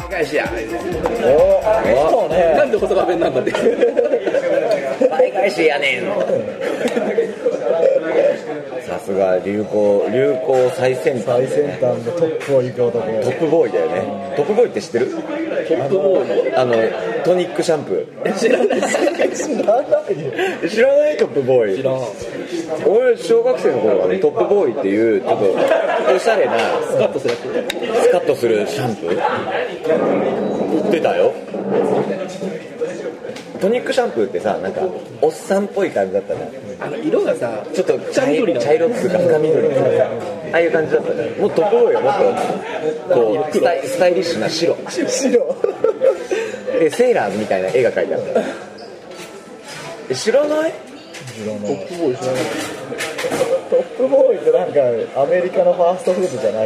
返しや。 そうね。 なんで細川弁なんだって。 倍返しやねん。さすが流行最先端、 最先端でトップを行く男。 トップボーイだよね。トップボーイって知ってる？ トップボーイ。 トニックシャンプー。 知らない。 知らないトップボーイ。 知らん。 俺小学生の頃はね、トップボーイっていうちょっとおしゃれなスカッとするやつ。 スカッとするシャンプー売ってたよ。トニックシャンプーってさ、なんかおっさんっぽい感じだったじゃん。 色がさ、 ちょっと茶色っていうか深緑っていうか、ああいう感じだったじゃん。もうトップボーイはもっとこうスタイリッシュな白でセーラーみたいな絵が描いてあった。知らない？ トップボーイ知らない。 トップボーイってなんかアメリカのファーストフードじゃない？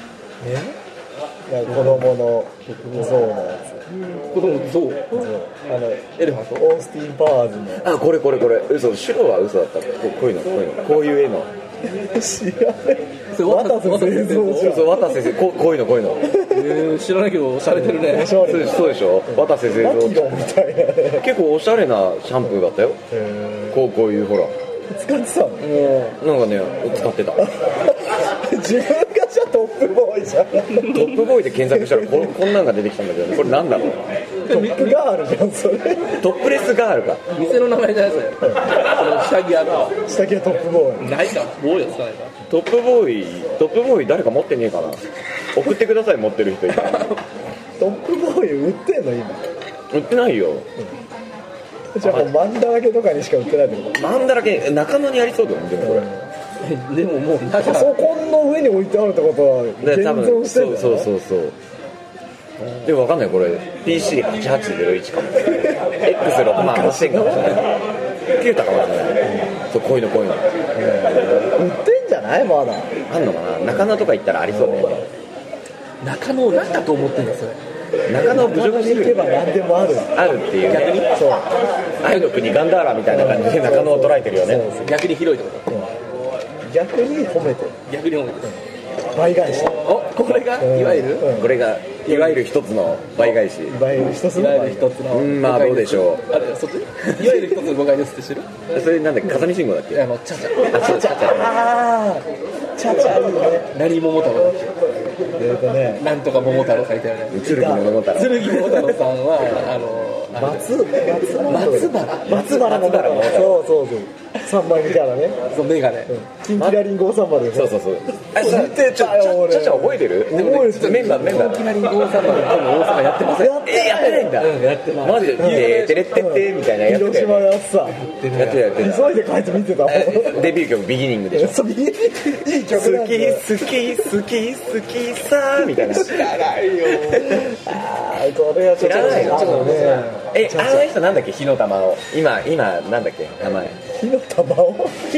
なんか子供のゾウのやつ。 子供ゾウ。エレファント。 オースティン・パワーズの。 あ、これ嘘、白は嘘だった。こういうのこういう絵の。 知らない。 それ渡瀬製造じゃん。 そう渡瀬先生、こういうの。 知らないけどおしゃれてるね。 そうでしょ。渡瀬製造。 マキロンみたいな。 結構おしゃれなシャンプーだったよ。こういうほら。 使ってたの？ なんかね、使ってた。 自分がじゃトップボーイじゃん。 トップボーイで検索したらこんなんが出てきたんだけど、これなんだろう。 トップガールじゃんそれ。 トップレスガールか。 店の名前じゃないそれ。その下着あるわ。 下着はトップボーイ。 ないか。ボーイは使わないか。 トップボーイ誰か持ってねえかな。送ってください、持ってる人いたら。 トップボーイ売ってんの今？ 売ってないよ。 じゃあもうマンだらけとかにしか売ってないってこと？ マンだらけ、中野にありそうだよね、でもこれ。 でももうパソコンの上に置いてあるってことは現存してるんだよね。 そうでも分かんない、これ PC8801 かもX6 万8000かもしれない、9たかもしれない。そう、こういうの売ってんじゃない？まだあんのかな。中野とか行ったらありそうね。 中野を何だと思ってんだそれ。 中野を侮辱して行けば何でもあるっていうね。 逆にそう。 愛の国ガンダーラみたいな感じで中野を捉えてるよね。 逆に広いってこと。 逆に褒めてる。 逆に褒めてる。 倍返し。 お、これがいわゆるこれがいわゆる一つの倍返し。 倍一つの倍返し。 まあどうでしょう。 あれ、そっちいわゆる一つの誤解ですって知る？ それなんだっけ、風見信号だっけ？ チャチャ。 あ、そうチャチャ。 ああ、チャチャいいね。 何桃太郎だっけ？なんとか桃太郎書いてあるね。 剣桃太郎。 剣桃太郎さんは松原桃太郎。 そう3枚見たらね。 そうメガネ。 キンキラリンゴ3枚で。 そうあ、さチャチャ覚えてる？ 覚えてる。 メンバー。 キンキラリンゴ3枚多分大阪やってません。 やってないんだ。 やってます。 マジでテレッテッテみたいなやつ。 広島のやつさ。 やってた。 急いで帰って見てた。 デビュー曲ビギニングでしょ。 いい曲なんだよ。 好きさみたいな。 知らないよ。これはちょっとね。 あの人なんだっけ、火の玉を。今なんだっけ名前。 火の玉を。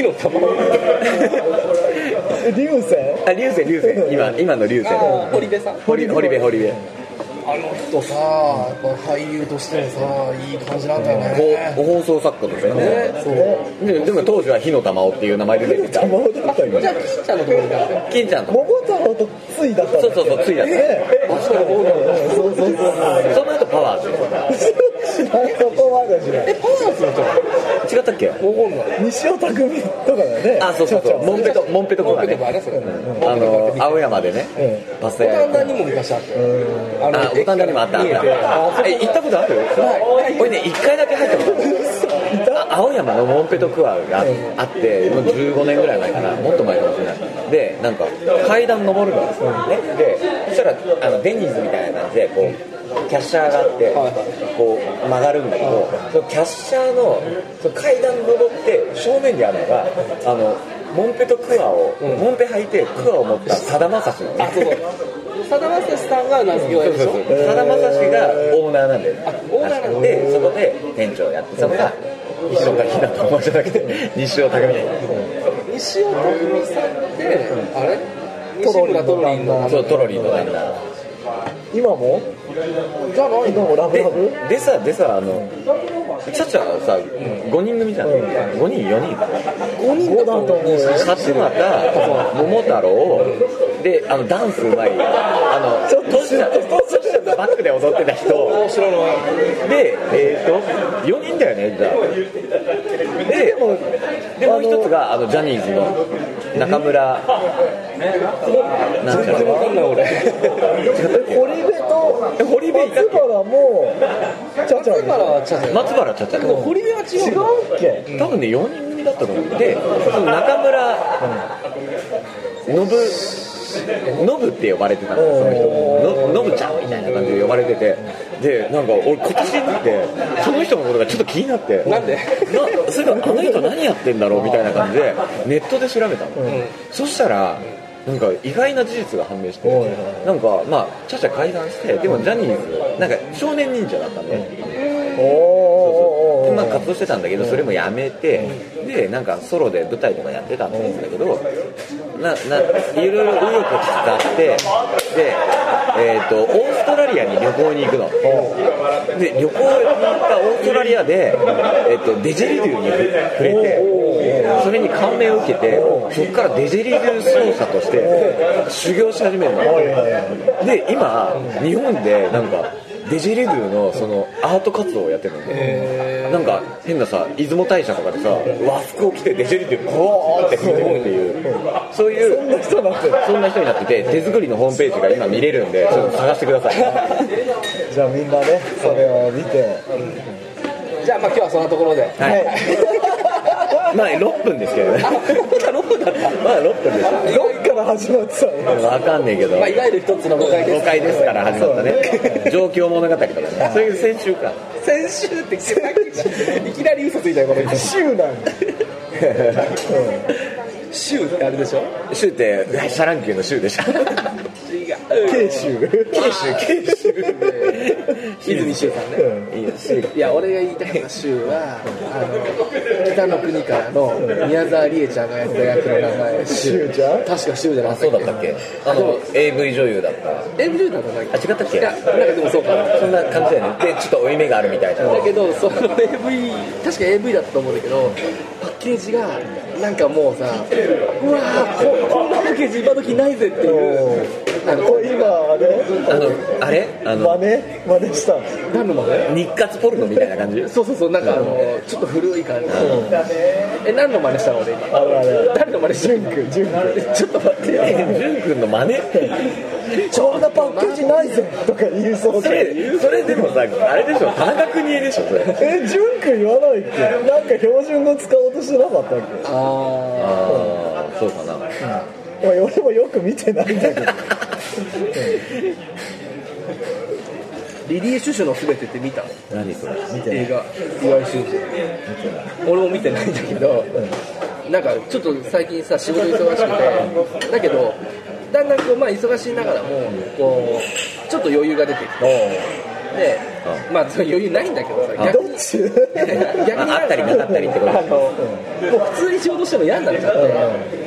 流星。 あ、流星。今の流星。 堀部さん。 堀部。 あの人さ、やっぱ俳優としてもさ、いい感じなんだよね。 放送作家としてね。でも当時は火の玉をっていう名前で出てた。 玉をだったよ。 じゃあ金ちゃんのところにいた。 金ちゃんと。 桃太郎とついだった。 そうついだった。 そう。 その後パワーズ。 そこまでしない。 パワーズの人違ったっけ？ 西尾匠とかだよね。 あ、そうモンペトコがね。青山でね。パスタ屋。 五反田にも昔あって。 五反田にもあった。行ったことある？俺ね、1回だけ入ったこと。青山のモンペトクアがあってもう15年ぐらい前かな、もっと前かもしれない。で、なんか階段登るのですよね。で、そしたらデニーズみたいな感じでこうキャッシャーがあってこう曲がるんだけど、そのキャッシャーのその階段登って正面にあるのがモンペとクアを、モンペ履いてクアを持ったさだまさしのね。 さだまさしさんが名付け親でしょ。 さだまさしがオーナーなんで、 オーナーなんでそこで店長やってたのが西岡ひなと思じゃなくて西尾匠。 西尾匠さんってあれ？西村トロリンの。 そう、トロリンの旦那。 今も？じゃないの？ラブラブ？ でさチャチャさ5人組じゃん。5人4人 5人だと思うよ。 勝俣、桃太郎でダンスうまいトシちゃんとババックで踊ってた人で、4人だよね、じゃあ。でもう一つがジャニーズの中村なんちゃら分かんない俺。 堀部と松原もチャチャ松原はチャチャ。 松原ちゃちゃ堀部は違う。 違うっけ？ 多分ね4人組だったと思う。でその中村ノブって呼ばれてたんですよ、その人ノブちゃんみたいな感じで呼ばれてて、でなんか俺今年になってその人のことがちょっと気になって、 なんでそれからあの人何やってんだろうみたいな感じでネットで調べたの、そしたらなんか意外な事実が判明して、なんかまあチャチャ解散して、でもジャニーズなんか少年忍者だったんで、でまあ活動してたんだけど、それもやめて、でなんかソロで舞台とかやってたんですけど、いろいろ紆余曲折あって、でオーストラリアに旅行に行くの。で旅行に行ったオーストラリアでデジェリドゥに触れて、それに感銘を受けて、そこからデジェリドゥ奏者として修行し始めるの。で今日本でなんかデジェリドゥのそのアート活動をやってるので、なんか変なさ出雲大社とかでさ和服を着てデジェリドゥこうって振り込むっていう、そういうそんな人になってて、手作りのホームページが今見れるんでちょっと探してください。 じゃあみんなねそれを見て、 じゃあまあ今日はそんなところで、 まあ6分ですけどね。 6分だった。 まあ6分です。 どっから始まってたの？ わかんねえけど、 まあいわゆる一つの誤解です。 誤解ですから始まったね。状況物語とかね。それ先週か。 先週っていきなり嘘ついたよこの人。 週なんだ。 週ってあれでしょ？ 州ってシャランキューの州でしょ。 違う。 慶州泉州さんね。いや俺が言いたかった州は北の国からの宮沢りえちゃんがやった役の名前。 州ちゃん？ 確か州じゃなかったっけ？ そうだったっけ？AV 女優だった。 AV 女優だったんだっけ？ 違ったっけ？ いやなんかでもそうかな。 そんな感じだよね。でちょっと負い目があるみたいな。 だけどその AV 確か AV だったと思うんだけど、パッケージがなんかもうさ、うわーこんなパッケージ今時ないぜっていう。 今あれ真似したの？ 何の真似？ 日活ポルノみたいな感じ？ そうなんかちょっと古い感じ。何の真似したの俺今？誰の真似したの？ちょっと待ってよ。 潤くんの真似？ こんなパッケージないぜとか言いそうで。それでもさあれでしょ、田中邦衛でしょそれ。 潤くん言わないっけ？なんか標準語使おうとしてなかったっけ？ ああそうかな。 俺もよく見てないんだけど。 リリエ・シュシュのすべてって見た？ 何それ？ 映画岩井俊二。俺も見てないんだけど、なんかちょっと最近さ仕事忙しくて、だけどだんだんこうまあ忙しいながらもこうちょっと余裕が出てきて。で、まあその余裕ないんだけどさ、逆にあったりなかったりってこと。 もう普通に仕事しても嫌になっちゃって。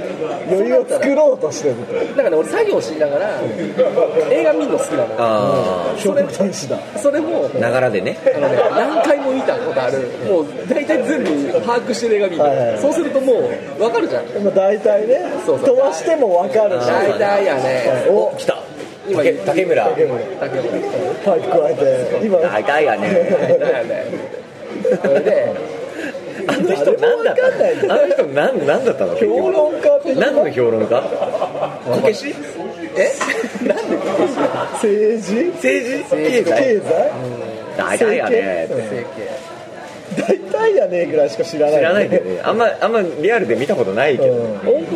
余裕を作ろうとしてる。 だから俺作業しながら映画見るの好きなの。 ああ、 聖徳太子だ。 それもながらでね。 何回も見たことある。もう大体全部把握してる映画見る。そうするともう分かるじゃん。 でも大体ね、飛ばしても分かるし。 大体やね。 お、来た。竹村。 パイプ加えて今大体やね。 それで。 あの人何だったの？あの人何だったの？ 評論家って何の評論家？こけし？ なんで政治？経済？ 大体やね。 大体やねぐらいしか知らない。 知らないけどね。あんまリアルで見たことないけど。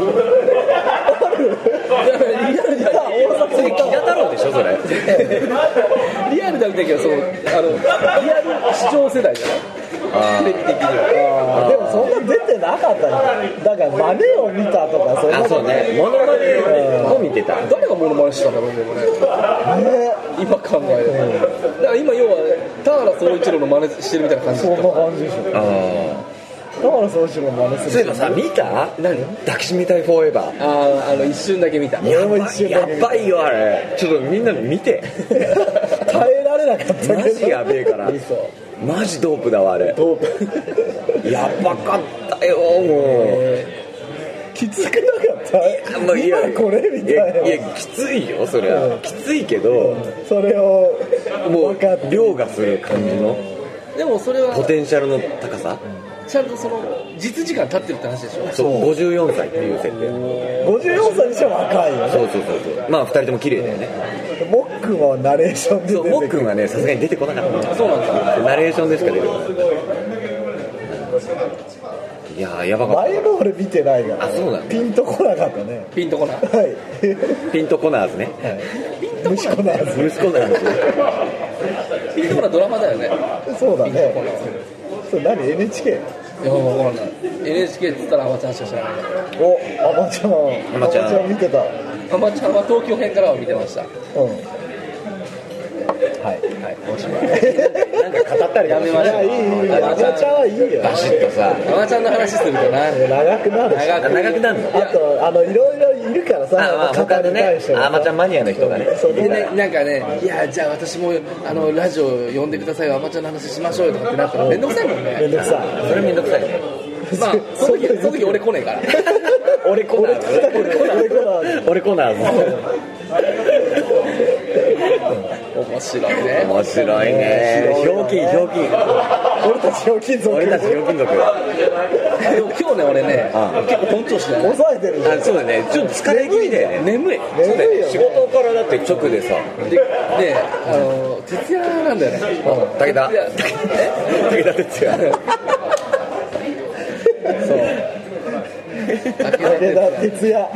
それ木田太郎でしょそれ。 リアルだけどリアル視聴世代じゃない？テレビ的には。 でもそんな出てなかったね。だから真似を見たとかそんな。 あ、そうね。モノマネを見てた。 誰がモノマネしたんだろうね、今考える。だから今要は田原総一郎の真似してるみたいな感じ。 そんな感じでしょ。田原総一郎の真似する。 そういえばさ、見た？ 何？ 抱きしめたいフォーエバー。 一瞬だけ見た。 やばいよあれ。ちょっとみんな見て。 耐えられなかったけど。 マジやべえから。マジドープだわあれ。 ドープ。やばかったよもう。 きつくなかった？ 今これみたいな。 いやきついよそれは。きついけど、 それをもう凌駕する感じのでもそれはポテンシャルの高さ、 ちゃんとその実時間経ってるって話でしょ。 そう54歳っていう設定。 54歳にしては若いよね。 そうまあ2人とも綺麗だよね。 もっくんはナレーションで出てくる。 もっくんはねさすがに出てこなかった。 そうなんですよ。 ナレーションでしか出てこない。いややばかった。 前の俺見てないから、 あ、そうなの。 ピンとこなかったね。 ピンとこない。 はい。 ピンとこなーずね。 虫コナーズ。 息子なんですよ。 ピンとこないドラマだよね。 そうだね。 ピンとこない。 それ何 NHK？ いや分からない。NHK って言ったらアマちゃんしか知らない。 お、アマちゃん見てた。 アマちゃんは東京編からは見てました。 うん。はい、 おしまい。 なんか語ったりやめましょう。 いい。アマちゃんはいいよ。 バシッとさ、 アマちゃんの話するとな、 長くなるし。 長くなるの。 あといろいろいるからさ、 まあ他のね、アマちゃんマニアの人がね。 でね、なんかね、いやじゃあ私もラジオ呼んでくださいよ、アマちゃんの話しましょうよとかってなったらめんどくさいもんね。 めんどくさい。 それめんどくさいね。 まあその時俺来ねえから。 俺コナーズ。俺コナーズ。 面白いね。 面白いね。ひょうきん。 俺たちひょうきん族。 でも今日ね俺ね、結構本調子だよね。 抑えてるじゃん。 あ、そうだね。ちょっと疲れ気味だよね。 眠い。 眠いよね。 仕事からだって直でさ。 で徹夜なんだよね。 武田鉄矢。 そう。武田鉄矢。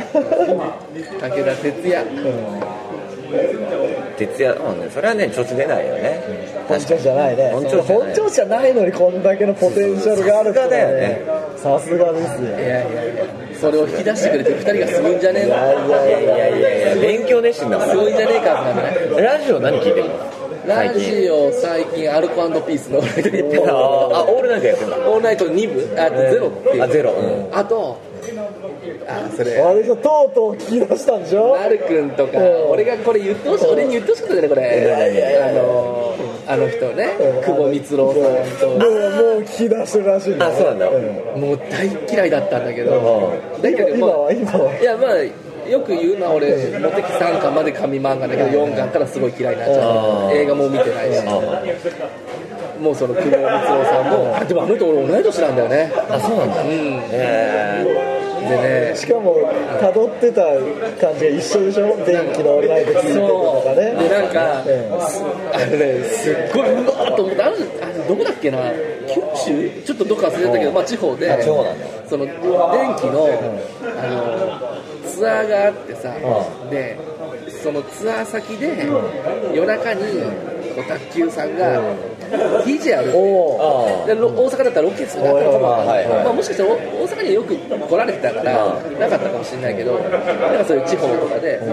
徹夜、それはね調子出ないよね。 本調子じゃないね。 本調子じゃないのにこんだけのポテンシャルがあるからね。さすがですよ。 いやそれを引き出してくれて2人がすごいんじゃねえの。 いや勉強熱心だもん。 すごいんじゃねえかってなんだね。 ラジオ何聞いてるの？ ラジオ最近アルコ&ピースのオールナイトニッポン。 オールナイトやってんだ。 オールナイト2部、あとゼロっていう。 ゼロ。 あとそれあれがとうとう聞き出したんでしょ。 なるくんとか、俺がこれ言ってほしい、俺に言ってほしかったねこれ。あの人ね、久保光郎さんと。 もう聞き出してるらしいんだ。 あ、そうなんだ。 もう大嫌いだったんだけど。だけど今は。いやまあ。よく言うのは俺、モテキ3巻まで紙漫画だけど4巻からすごい嫌いになっちゃう。映画も見てないし。もうその久保光郎さんも、でもあの人俺同い年なんだよね。 あ、そうなんだ。 でね、 しかも辿ってた感じが一緒でしょ。電気のオンラインで聞いてるとかね。 でなんかすっごいうわーっと思って、どこだっけな、九州ちょっとどっか忘れたけど、まあ地方でその電気のツアーがあってさ、でそのツアー先で夜中に卓球さんが DJ やるで、大阪だったらロケするなったのかもわかんない、まあ、もしかしたら大阪によく来られてたからなかったかもしれないけど、なんかそういう地方とかで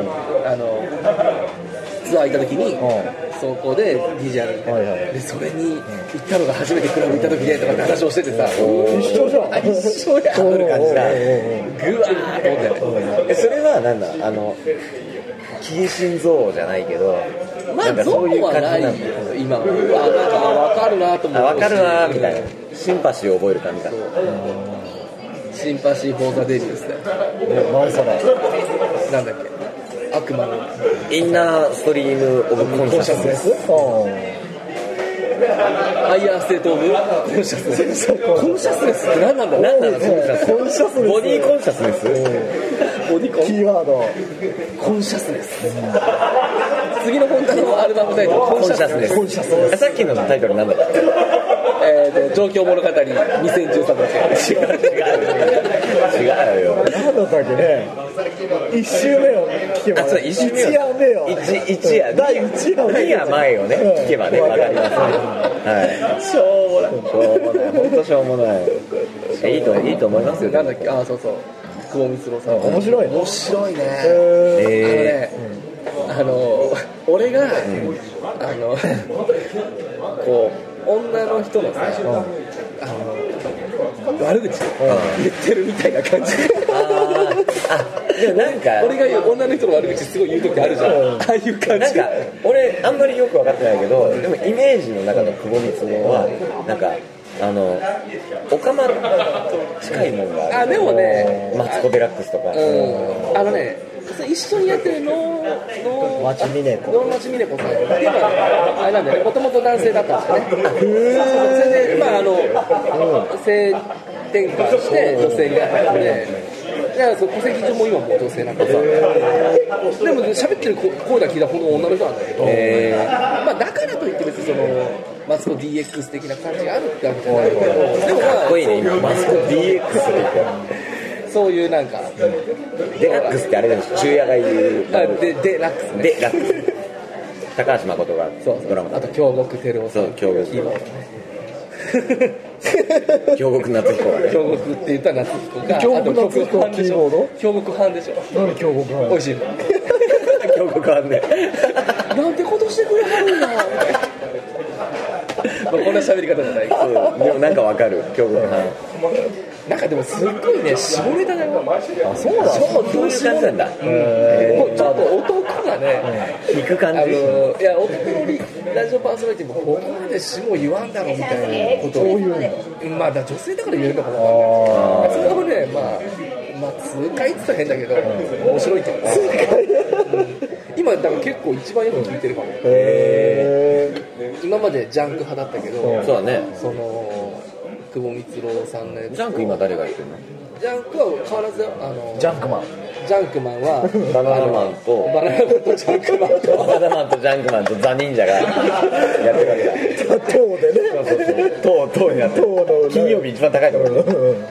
ツアー行った時にそこで DJ やるで、それに行ったのが初めてクラブ行った時でとかって話をしててさ、 一緒じゃん。 一緒やる感じだ、ぐわーっと思って。 それはなんだ、近親憎悪じゃないけど、 まあ憎悪はないよ今は。なんか分かるなと思う。 分かるなみたいな、シンパシーを覚える感じだ。 シンパシーフォーザデビュースだよ。 何それ。 なんだっけ、悪魔のインナーストリームオブコンシャスネス。 ハイヤーステートオブコンシャスネス。コンシャスネスって何なんだろう。 コンシャスネス。 ボディコンシャスネス。 ボディコン。 キーワード。 コンシャスネス。次の本田のアルバムタイトルコンシャスネス。 さっきのタイトルなんだっけ。 状況物語2013だっけ。 違うよ。 何だったっけね。1周目を聞けば、 1 夜目を第1夜前をね聞けばね分かりますね。はい。しょうもない。本当しょうもない。いいと思いますよ。 なんだっけ、そうそう。久保光郎さん。 面白いね。 面白いね。俺がこう女の人のさ、悪口言ってるみたいな感じ。 でもなんか俺が言う女の人の悪口すごい言う時あるじゃん。ああいう感じ。 なんか俺あんまりよく分かってないけど、でもイメージの中の久保光郎はなんかオカマ近いもんがある。 でもね、 マツコ・デラックスとか。 一緒にやってる能町峰子さんっていうのはあれなんだよね、もともと男性だったんですよね。それで性転換して女性になったので、戸籍上も今もう女性なんだけど、でも喋ってる声だけ聞いたらほんと女の人なんだけど、まあだからといって別にそのマツコ DX 的な感じがあるってわけじゃないけど、でもまあかっこいいね今マツコ DX ってそういうなんかデラックスってあれでも昼夜が言うデラックスね。 デラックス高橋誠がドラマあと京極照夫さん、 そう京極キーボードね。 京極夏彦がね京極って言ったら夏彦か、 京極夏彦あと京極班でしょ。京極班でしょ。 何京極美味しいの。 京極はねなんてことしてくれはるんだ。まあこんな喋り方じゃないけど、 でもなんかわかる京極はなんかでもすっごいね下ネタだよ。 あ、そうなの？ そういう感じなんだもうちょっと男がね、 引く感じいや男のラジオパーソナリティもここまで下言わんだろうみたいなことを言う。まあだ女性だから言えるのかな。それをね、まあ痛快って言ったら変だけど面白いけどね。今だから結構一番よく聞いてるかも。今までジャンク派だったけど、 そうだねその久保光郎さんのやつ。 ジャンク今誰がやってるの？ ジャンクは変わらずジャンクマンはバナナマンとバナナマンとジャンクマンとバナナマンとジャンクマンとザ・忍者がやってるわけだ塔でね塔になってる金曜日一番高いところ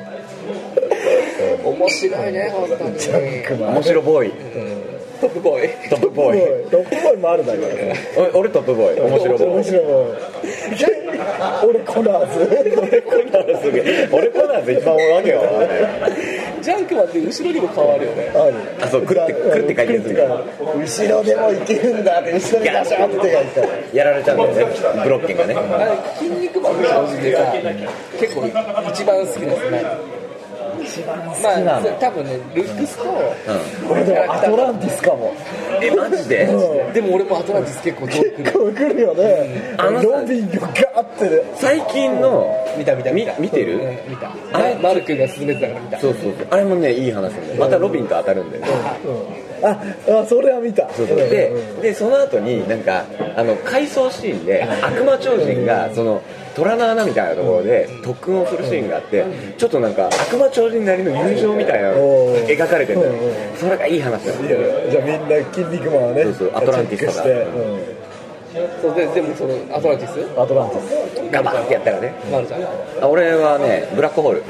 面白いね本当に。 ジャンクマン面白ボーイトップボーイ。 トップボーイロックボーイもあるだからね。 俺トップボーイ面白ボーイ面白い俺コナーズ俺コナーズ一番わけよジャンクマンって後ろにも変わるよね。 ある。 あそうくって回転するから後ろでもいけるんだって後ろにガシャンって手がいったらやられちゃうんだよねブロッケンがねあれ筋肉マンの正直でさ結構一番好きですね。まあ多分ねルックスと俺でもアトランティスかも。 マジででも俺もアトランティス結構遠く結構来るよね。ロビンがガーって最近の見た見てる見た。マルクが勧めてたから見た。 そうあれもねいい話なんだよまたロビンと当たるんだよねあそれは見た。 そうでその後になんか回想シーンで悪魔超人がその虎の穴みたいなところで特訓をするシーンがあってちょっとなんか悪魔超人なりの友情みたいなの描かれてるんだよそれがいい話だよじゃあみんな筋肉マンはねそうアトランティスとかそうでもそのアトランティスアトランティスガバッってやったらねマルちゃん俺はねブラックホール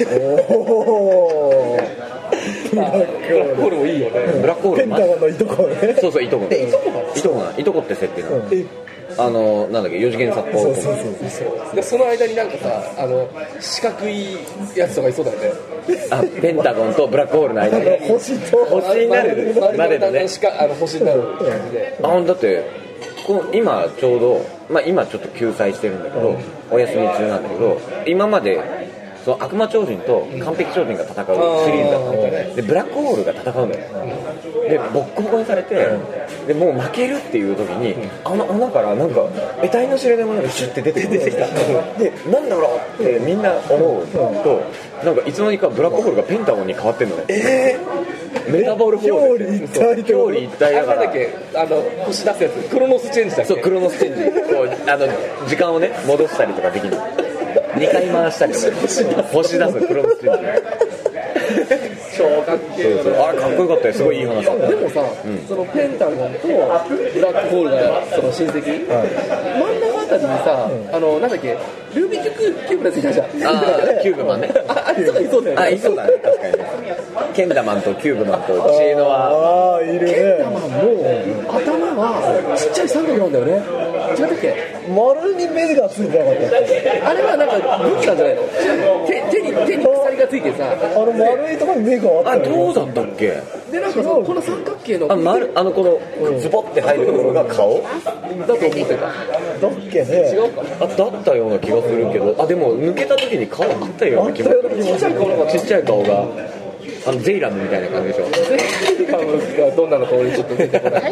おーブラックホールもいいよね。 ブラックホールペンタゴンのいとこね。 そういとこいとこって設定なのなんだっけ4次元殺法でその間になんかさ四角いやつとかいそうだよね。 ペンタゴンとブラックホールの間に星になるまでのね星になる感じでだって今ちょうど今ちょっと救済してるんだけどお休み中なんだけど今までその悪魔超人と完璧超人が戦うシリーズだったんだよねでブラックホールが戦うんだよでボッコボコにされてでもう負けるっていう時に穴からなんか得体の知れないものがシュッて出てきたでなんだろうってみんな思うとなんかいつの間にかブラックホールがペンタゴンに変わってんのねメタボールホール表裏一体だからなんだっけ星出すやつクロノスチェンジだっけ。 そうクロノスチェンジ時間をね戻したりとかできる2回回したりとか星出すクロノスチェンジ超かっけえよね。 あれかっこよかったよすごいいい話だったでもさ、そのペンタゴンとブラックホールがその親戚、真ん中あたりにさ、なんだっけルービックキューブのやついたじゃん。 キューブマンねあれとかいそうだよね。 いそうだね確かにケンダマンとキューブマンと知恵のはいるね。 ケンタマンも頭がちっちゃい三角なんだよね。違ったっけ。 丸に目がついてなかった。 あれはなんか武器なんじゃないの。手に鎖がついてさ丸いところに目があった。 どうだったっけでなんかこの三角形のこのズボって入るところが顔だと思ってた。 だっけね。 違うか。 だったような気がするけどでも抜けた時に顔あったような気がするちっちゃい顔がゼイラムみたいな感じでしょ。 ゼイラムがどんなのか俺ちょっと出てこない。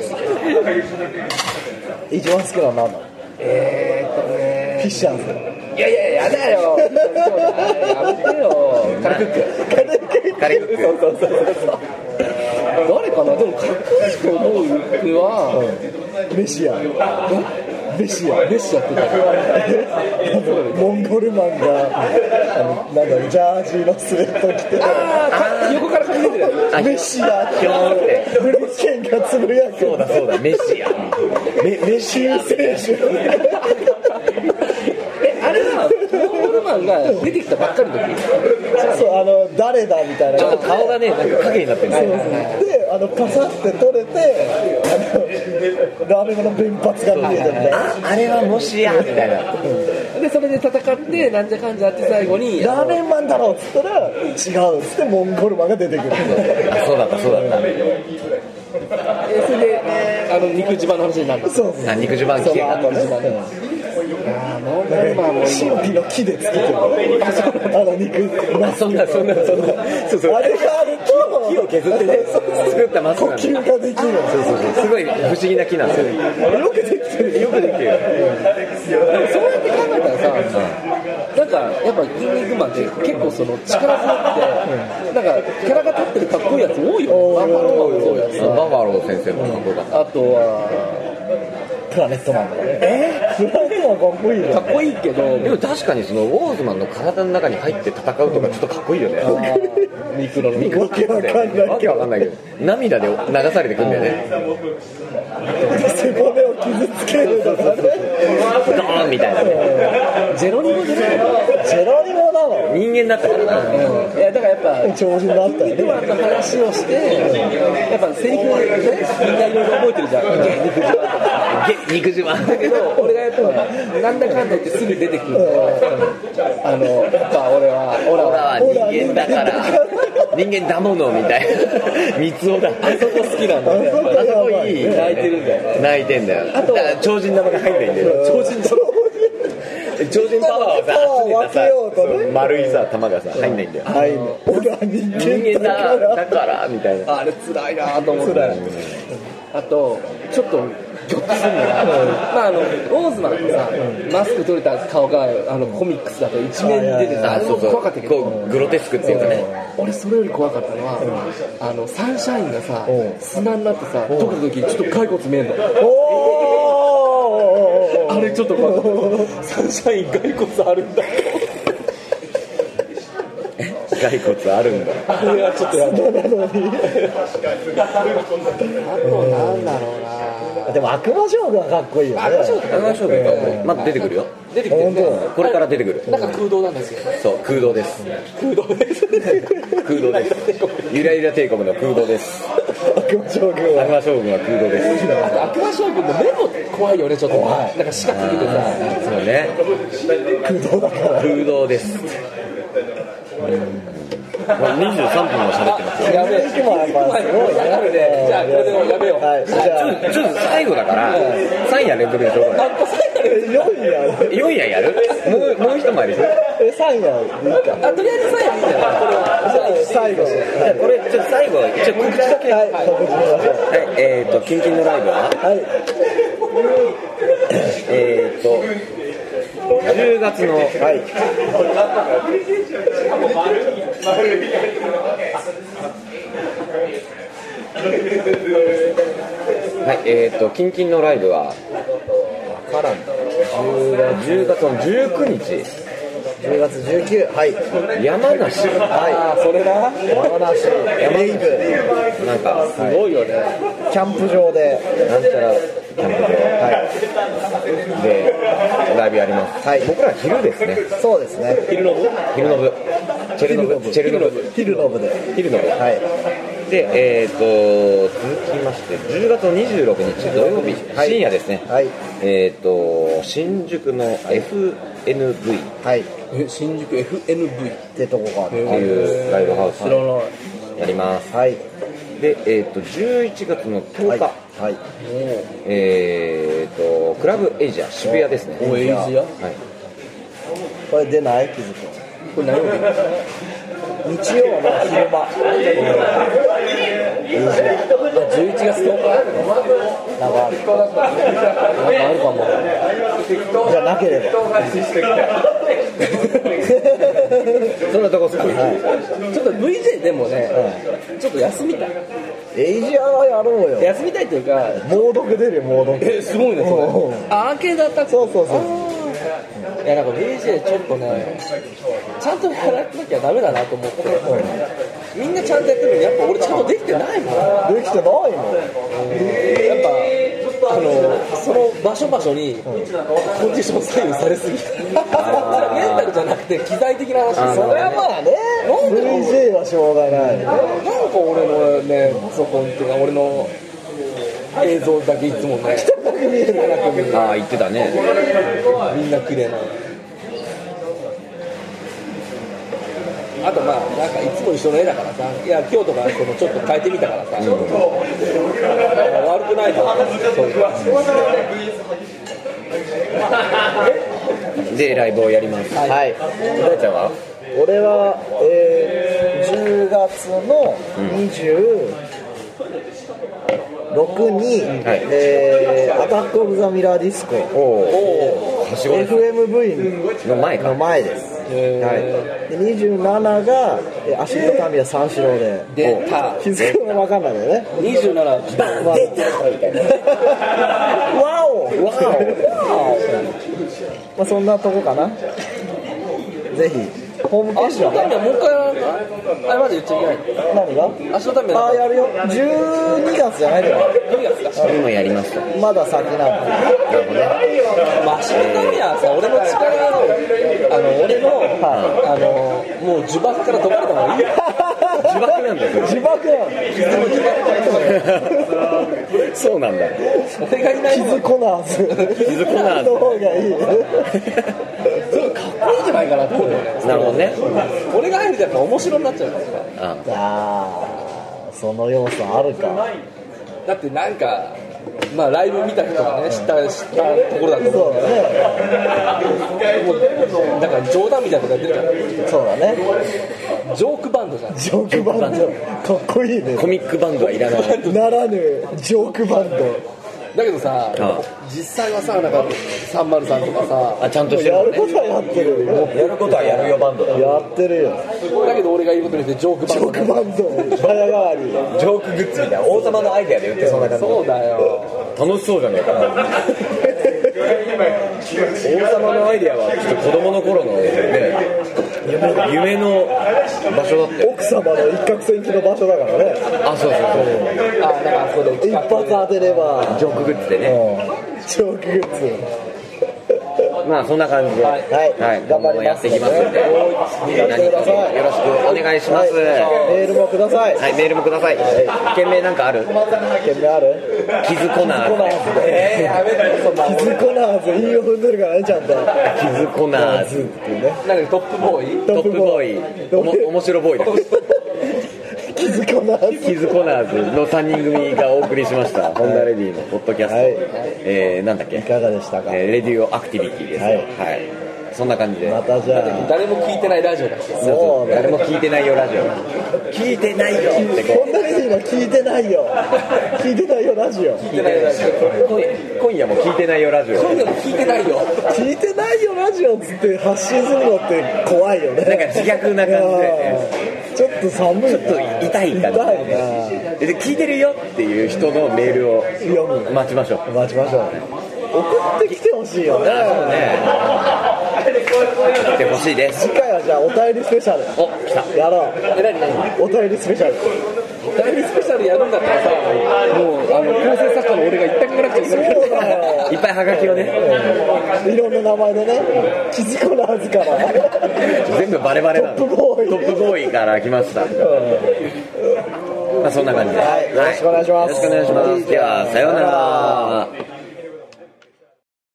一番好きなのは何なの？フィッシャーズ。 いややだよ。やめてよ。カレクック。 カレクック。 そう。 誰かな。でもかっこいいと思うのは、 メシアって誰？ モンゴルマンがなんだろうジャージのスウェット着て横からかけてるやメシアってブルッケンがつぶやく。 そうだメシアメシア選手あれはモンゴルマンが出てきたばっかりの時。 そう誰だみたいな。 ちょっと顔がねなんか影になってるんですよ。 でパサって取れてラーメンの弁髪が見えてるみたいな。 あれはもしやみたいな。 でそれで戦ってなんじゃかんじゃあって最後にラーメンマンだろうっつったら違うっつってモンゴルマンが出てくる。 そうだった。 それで肉襦袢の話になる。 そう肉襦袢着てたモンゴルマンも神秘の木で作ってる肉そんなそうあれがあると木を削ってね作ったマスク呼吸ができる。 そうすごい不思議な木なんですよ。 よくできてる。 よくできてる。 そうやって考えたらさ、なんかやっぱ筋肉マンって結構その力強くて、なんかキャラが立ってるかっこいいやつ多いよ。バッファローマンもそうやつ。 バッファロー先生もかっこよかった。 あとはプラネットマンとかね。プラネットマンかっこいいね。 かっこいいけど、 でも確かにそのウォーズマンの体の中に入って戦うとかちょっとかっこいいよね。 ミクロのわけわかんないけど涙で流されてくんだよね。 背骨を傷つけるとかね。 ドーンみたいなね。 ジェロニモじゃないの？ ジェロニモなの。 人間だったからな。 いやだからやっぱ超人だったよね。 ミクマンの話をして、やっぱセリフねみんないろいろ覚えてるじゃん。 肉襦袢だけど俺がやっぱなんだかんだ言ってすぐ出てくるのはやっぱ俺は人間だから人間だものみたいな。三つ男だ。 あそこ好きなんだよ。 あそこいい。 泣いてるんだよ。 泣いてんだよ。あと超人玉が入んないんだよ。超人パワーをさ集めたさ丸いさ玉がさ入んないんだよ。 俺は人間だからみたいな。 あれ辛いなと思って。あとちょっとギョッとするのは、オーズマンってさ、マスク取れた顔がコミックスだと一面に出てさ、あれも怖かったけど、 グロテスクっていうかね。 俺それより怖かったのは、サンシャインがさ、砂になってさ、溶けた時にちょっと骸骨見えんの。あれちょっと怖かった。サンシャイン骸骨あるんだ。 骸骨あるんだ。 あれはちょっとやだなのに。あとなんだろうな。 でも悪魔将軍はかっこいいよね。 悪魔将軍まだ出てくるよ。 出てきてるね。 これから出てくる。 なんか空洞なんですよ。 そう空洞です。 空洞です。 空洞です。ゆらゆら帝国の空洞です。 悪魔将軍は空洞です。 悪魔将軍の目も怖いよねちょっと。なんか四角くてさ。 そうね。 空洞だから。 空洞です。23分も喋ってますよ。 やべえ。やるね。じゃあこれでもやめよう。 はい。じゃあちょっと最後だから3夜連続でしょ。これ4夜やる？もう一回りする？ 3夜いいか。 とりあえず3夜いいんじゃない？ 最後。 これちょっと最後告知だけ。 はい。告知しましょう。 はい。キンキンのライブは？ はい。 10月のキンキンのライブは10月の19日 10月19はい山梨それだ山梨レイブなんかすごいよね。 キャンプ場でなんちゃらキャンプ場でライブやります。僕ら昼ですね。 そうですね昼の部チェルノブ昼の部ではいで続きまして10月の26日土曜日深夜ですね。新宿の FNV 新宿 FNV ってとこがあるっていうライブハウスやります。 はいで11月の10日クラブエイジア渋谷ですね。 エイジアこれ出ない気づくこれ何曜日？ 日曜の昼間 11月10日なんかあるかも。 じゃなければそんなとこっすかね。 ちょっと VJ でもね、ちょっと休みたい。 エイジアはやろうよ。 休みたいっていうか、 猛毒出るよ、猛毒。 すごいね、それ。アーケードアタック。 そうそうそう。 いや、なんか BJ ちょっとね、ちゃんとやらなきゃダメだなと思って、みんなちゃんとやってるのに、やっぱ俺ちゃんとできてないもん。 できてないもん。 やっぱその場所場所にコンディション左右されすぎて、メンタルじゃなくて機材的な話ですよね。 それはまあね、VJ はしょうがない。 なんか俺のね、パソコンっていうか俺の映像だけいつもね、 ああ言ってたね。 みんな綺麗な。あとまあなんかいつも一緒の絵だからさ、いや今日とかそのちょっと変えてみたからさ、悪くないと思う。 でライブをやります。 はい。 大ちゃんは？ 俺は、10月の26に、アタックオブザミラーディスコ FMV の前か。 の前です。はい、で27がアシッドカミラ三四郎で出た。 気づくの分かんないよね。 27バン出たみたいな。 ワオワオまあそんなとこかな。ぜひホームページはもう一回あれまで言っちゃいけない。 何が？ 足のためああやるよ。12月じゃないのよ。 12月か。 今やります。 まだ先なんだ。 まあ足のためはさ、俺の力俺のもう呪縛から解かれた方がいいよ。 自爆なんだよ。 自爆なの。 そうなんだ。 俺がいないキズコナーズ。 キズコナーズの方がいい。 それかっこいいんじゃないかなと思うよね。 なるほどね。 俺が入るとやっぱ面白になっちゃうからさ。 ああ、その要素あるか。 だってなんかまあライブ見た人がね知ったところだと思うんだよね。もうだから冗談みたいなことやってるから。 そうだね。 ジョークバンドじゃん。 ジョークバンドかっこいいね。 コミックバンドはいらない。 ならぬジョークバンド。 だけどさ、実際はさ、なんか303とかさ、 あちゃんとしてるやのね。 ることはやってるよ。 やることはやるよバンドだ。 やってるよ。 だけど俺が言うことによってジョークバンド。 ジョークバンド早変わり。 ジョークグッズみたいな。王様のアイデアで言ってそんな感じ。 そうだよ。 楽しそうじゃねえか。王様のアイデアはちょっと子供の頃のね夢の場所だって。 奥様の一攫千金の場所だからね。 あそうそうそう。 あ、だからそこで一発当てればジョークグッズでね。 ジョークグッズ。 まあそんな感じで、 はい今後もやっていきますので、何卒よろしくお願いします。 メールもください。 はいメールもください。件名なんかある？ 件名ある？ キズコナーズ。 キズコナーズ韻を踏んでるからねちゃんと。 キズコナーズっていうね。 なんかトップボーイ？ トップボーイ。面白ボーイだ。 キズコナーズ。 キズコナーズの3人組がお送りしましたホンダレディのポッドキャスト、なんだっけ、 いかがでしたか？ レディオアクティビティです。はい、そんな感じでまたじゃあ誰も聞いてないラジオだっけ？ そう誰も聞いてないよラジオ。聞いてないよってホンダレディは聞いてないよ。聞いてないよラジオ。 聞いてないラジオ。 今夜も聞いてないよラジオ。 今夜も聞いてないよ。 聞いてないよラジオっつって発信するのって怖いよね。 なんか自虐な感じでね。 ちょっと寒い。 ちょっと痛い感じで聞いてるよっていう人のメールを待ちましょう。 待ちましょう。送ってきてほしいよね。 そうね。来てほしいです。 次回はじゃあお便りスペシャル。 お、来た。 やろう。 何お便りスペシャル。 第2スペシャルやるんだったらさ、もう構成作家の俺が一択なくちゃいけない。 そうだよ。 いっぱいハガキをね、 いろんな名前でね。キズコナーズから全部バレバレなの。 トップボーイ。 トップボーイから来ました。まあそんな感じで。 はい、よろしくお願いします。 よろしくお願いします。ではさようなら。